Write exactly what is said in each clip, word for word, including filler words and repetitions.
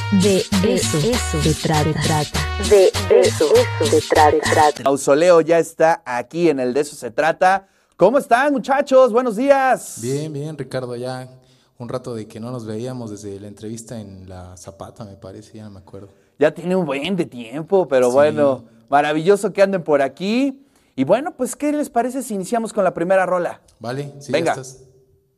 De eso, eso se trata. De eso, eso se trata. Mausoleo ya está aquí en el De Eso Se Trata. ¿Cómo están, muchachos? Buenos días. Bien, bien, Ricardo, ya un rato de que no nos veíamos desde la entrevista en La Zapata, me parece, ya no me acuerdo. Ya tiene un buen de tiempo, pero Sí. bueno, maravilloso que anden por aquí. Y bueno, pues, ¿qué les parece si iniciamos con la primera rola? Vale, sí, Venga. ya estás.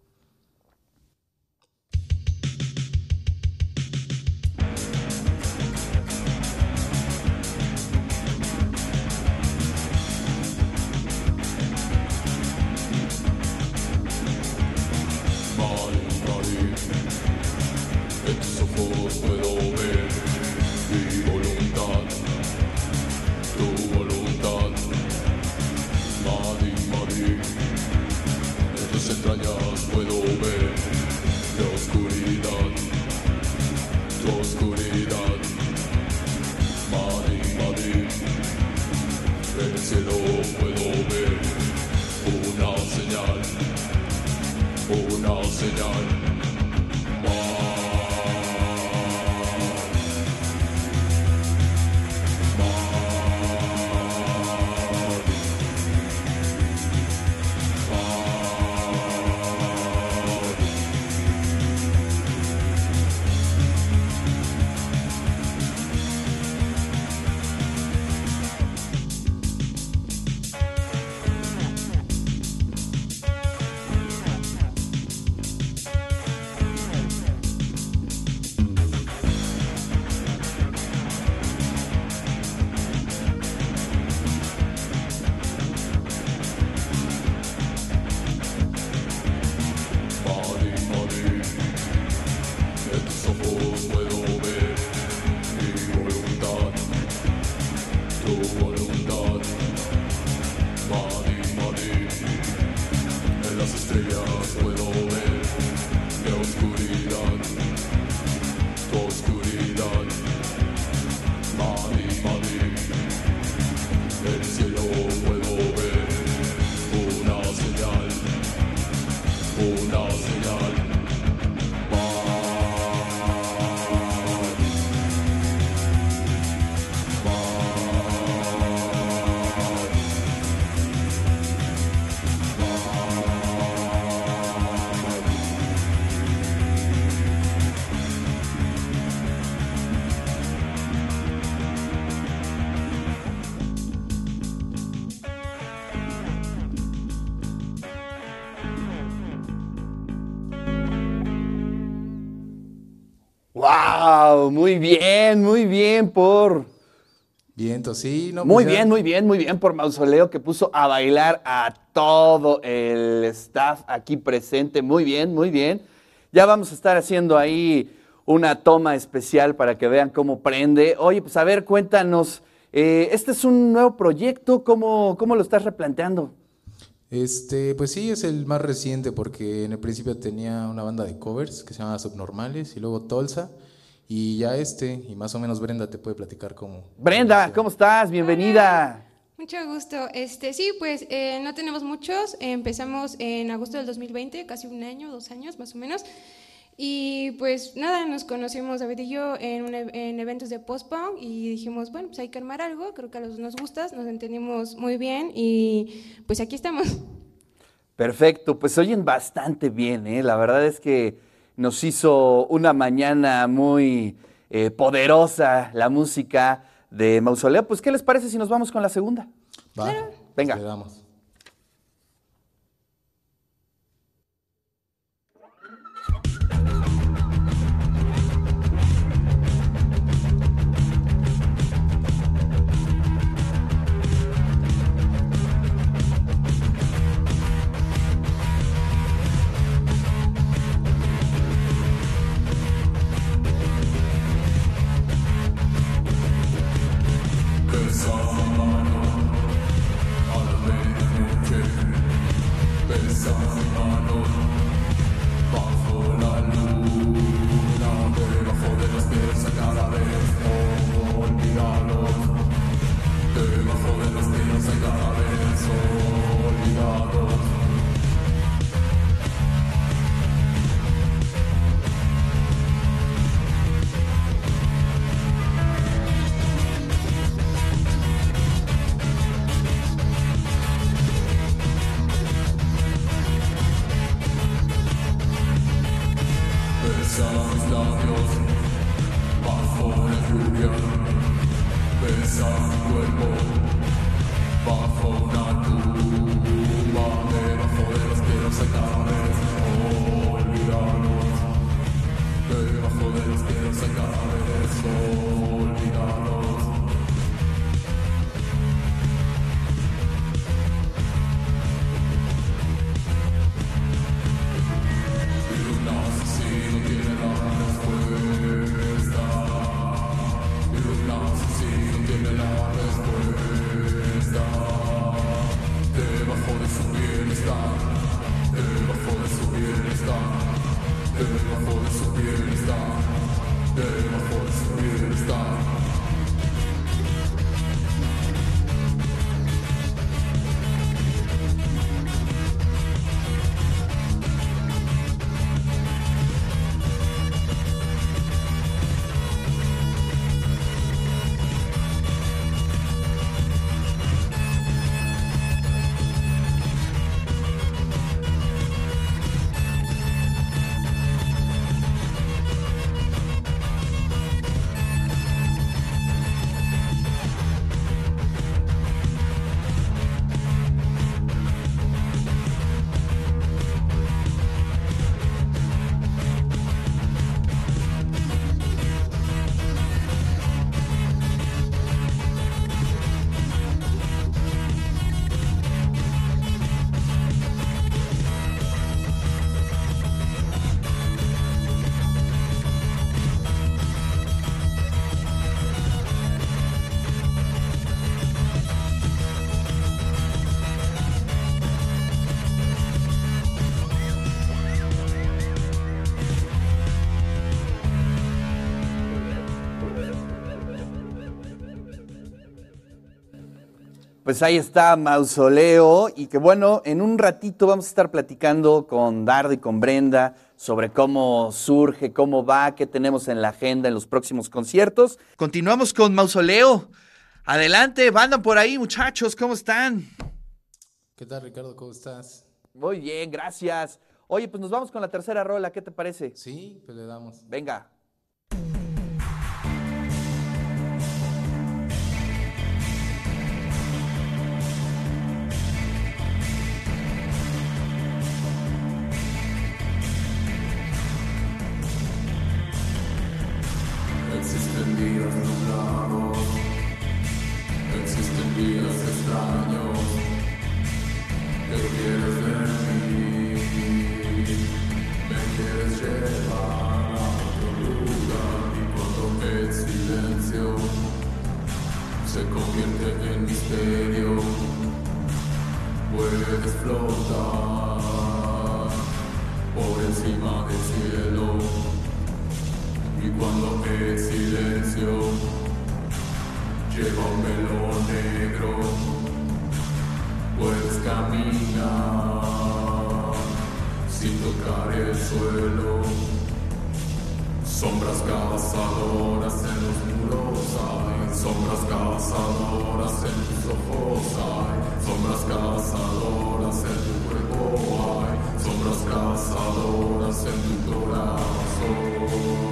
¡Wow! Muy bien, muy bien por... Viento, sí. No, Muy pues ya- bien, muy bien, muy bien por Mausoleo, que puso a bailar a todo el staff aquí presente. Muy bien, muy bien. Ya vamos a estar haciendo ahí una toma especial para que vean cómo prende. Oye, pues a ver, cuéntanos, eh, este es un nuevo proyecto, ¿cómo, cómo lo estás replanteando? Este, pues sí, es el más reciente porque en el principio tenía una banda de covers que se llama Subnormales y luego Tolsa y ya este, y más o menos Brenda te puede platicar cómo. Brenda, cómo ¿cómo estás? Bienvenida. Mucho gusto. Este, sí, pues eh, no tenemos muchos. Empezamos en agosto del dos mil veinte, casi un año, dos años más o menos. Y pues nada, nos conocimos David y yo en, un e- en eventos de post-punk y dijimos, bueno, pues hay que armar algo. Creo que a los dos nos gusta, nos entendimos muy bien y pues aquí estamos. Perfecto, pues oyen bastante bien, ¿eh? La verdad es que nos hizo una mañana muy eh, poderosa la música de Mausoleo. Pues, ¿qué les parece si nos vamos con la segunda? Va, Venga. le damos. Cause I'm on the way. Pues ahí está Mausoleo, y que bueno, en un ratito vamos a estar platicando con Dardo y con Brenda sobre cómo surge, cómo va, qué tenemos en la agenda en los próximos conciertos. Continuamos con Mausoleo. Adelante, andan por ahí, muchachos, ¿cómo están? ¿Qué tal, Ricardo? ¿Cómo estás? Muy bien, gracias. Oye, pues nos vamos con la tercera rola, ¿qué te parece? Sí, pues le damos. Venga. Existen días nublados, existen días extraños. ¿Qué quieres de mí? Me quieres llevar a otro lugar, y cuando el silencio se convierte en misterio, puedes flotar por encima del cielo. Y cuando el silencio lleva un velo negro, puedes caminar sin tocar el suelo. Sombras cazadoras en los muros hay, sombras cazadoras en tus ojos hay, sombras cazadoras en tu cuerpo hay, sombras cazadoras en tu corazón.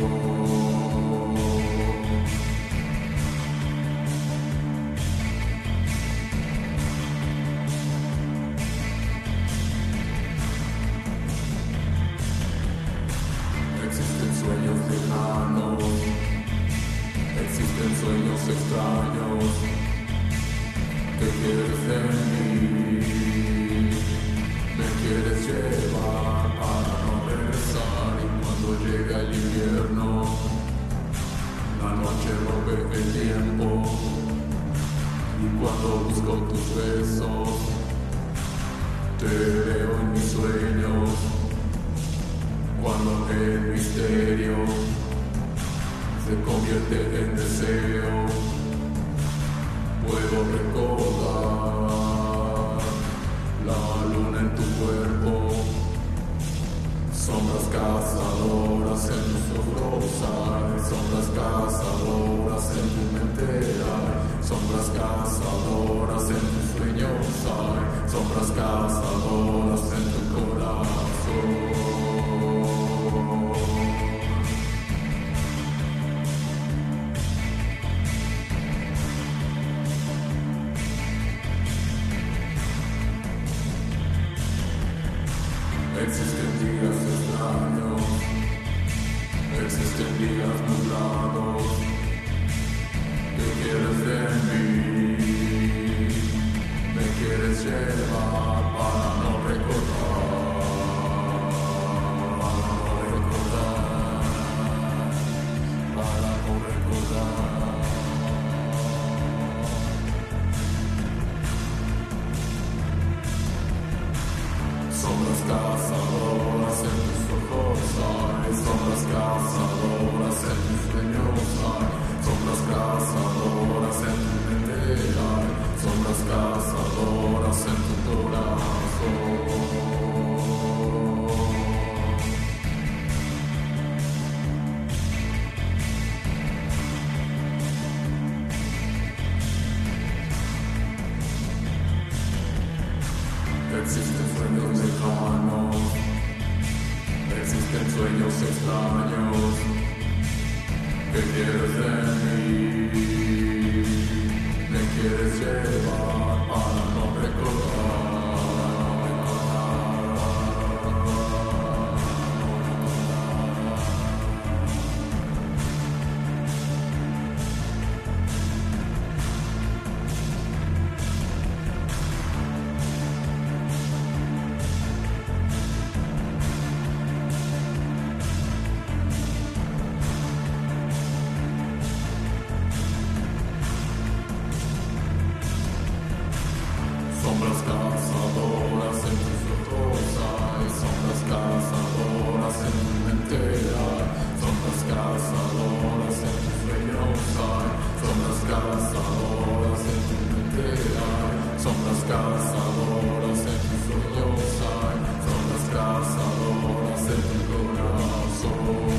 Sueños lejanos, existen sueños extraños. ¿Qué quieres de mí? Me quieres llevar para no regresar. Y cuando llega el invierno, la noche rompe el tiempo. Y cuando busco tus besos, te veo en mis sueños. Cuando el misterio se convierte en deseo, puedo recordar la luna en tu cuerpo. Sombras cazadoras en tus ojos hay, sombras cazadoras en tu mente hay, sombras cazadoras en tus sueños hay, sombras cazadoras en tu corazón. existen sueños lejanos, existen sueños extraños. ¿Qué quieres de mí? ¿Me quieres llevar para no recordar? Sombras cazadoras en tus ojos hay, sombras cazadoras en tu mente hay, sombras cazadoras en tus sueños hay, sombras cazadoras en tu mente hay, sombras cazadoras en tus sueños hay, sombras cazadoras en tu corazón.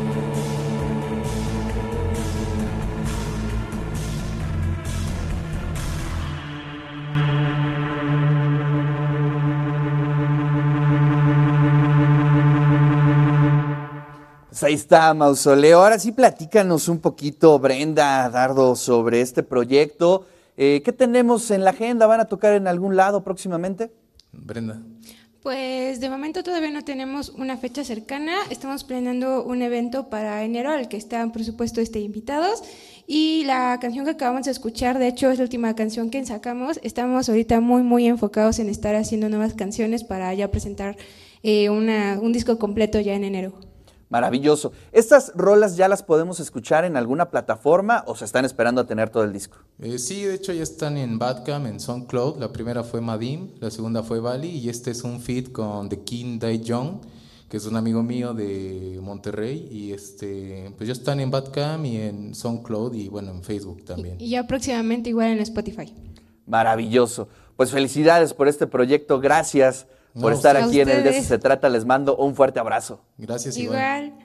Pues ahí está, Mausoleo. Ahora sí platícanos un poquito, Brenda, Dardo, sobre este proyecto. Eh, ¿Qué tenemos en la agenda? ¿Van a tocar en algún lado próximamente? Brenda. Pues de momento todavía no tenemos una fecha cercana, estamos planeando un evento para enero al que están por supuesto este, invitados, y la canción que acabamos de escuchar, de hecho es la última canción que sacamos. Estamos ahorita muy muy enfocados en estar haciendo nuevas canciones para ya presentar eh, una, un disco completo ya en enero. Maravilloso. ¿Estas rolas ya las podemos escuchar en alguna plataforma o se están esperando a tener todo el disco? Eh, sí, de hecho ya están en Bandcamp, en SoundCloud. La primera fue Madim, la segunda fue Bali y este es un feat con The King Dai Young, que es un amigo mío de Monterrey, y este, pues ya están en Bandcamp y en SoundCloud y bueno, en Facebook también. Y, y ya próximamente igual en Spotify. Maravilloso. Pues felicidades por este proyecto. Gracias por No, estar a aquí en el De Eso ustedes. Se Trata. Les mando un fuerte abrazo. Gracias, igual. Igual.